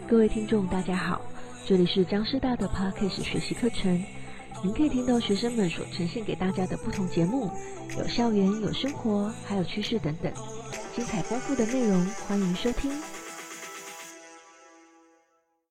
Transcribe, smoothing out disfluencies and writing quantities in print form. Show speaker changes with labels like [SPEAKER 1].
[SPEAKER 1] 各位听众大家好，这里是张师大的 Podcast 学习课程，您可以听到学生们所呈现给大家的不同节目，有校园，有生活，还有趋势等等，精彩丰富的内容，欢迎收听。